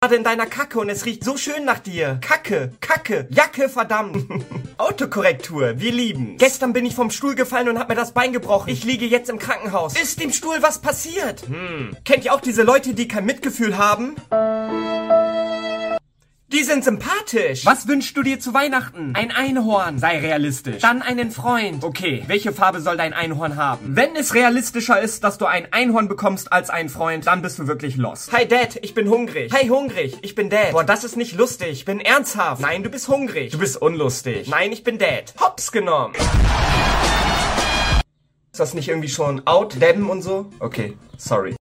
gerade in deiner Kacke und es riecht so schön nach dir. Kacke, Kacke, Jacke, verdammt. Autokorrektur, wir lieben's. Gestern bin ich vom Stuhl gefallen und hab mir das Bein gebrochen. Ich liege jetzt im Krankenhaus. Ist dem Stuhl was passiert? Kennt ihr auch diese Leute, die kein Mitgefühl haben? Die sind sympathisch. Was wünschst du dir zu Weihnachten? Ein Einhorn. Sei realistisch. Dann einen Freund. Okay, welche Farbe soll dein Einhorn haben? Wenn es realistischer ist, dass du ein Einhorn bekommst als einen Freund, dann bist du wirklich lost. Hi Dad, ich bin hungrig. Hi hungrig, ich bin Dad. Boah, das ist nicht lustig. Ich bin ernsthaft. Nein, du bist hungrig. Du bist unlustig. Nein, ich bin Dad. Hops genommen. Ist das nicht irgendwie schon out? Dabben und so? Okay, sorry.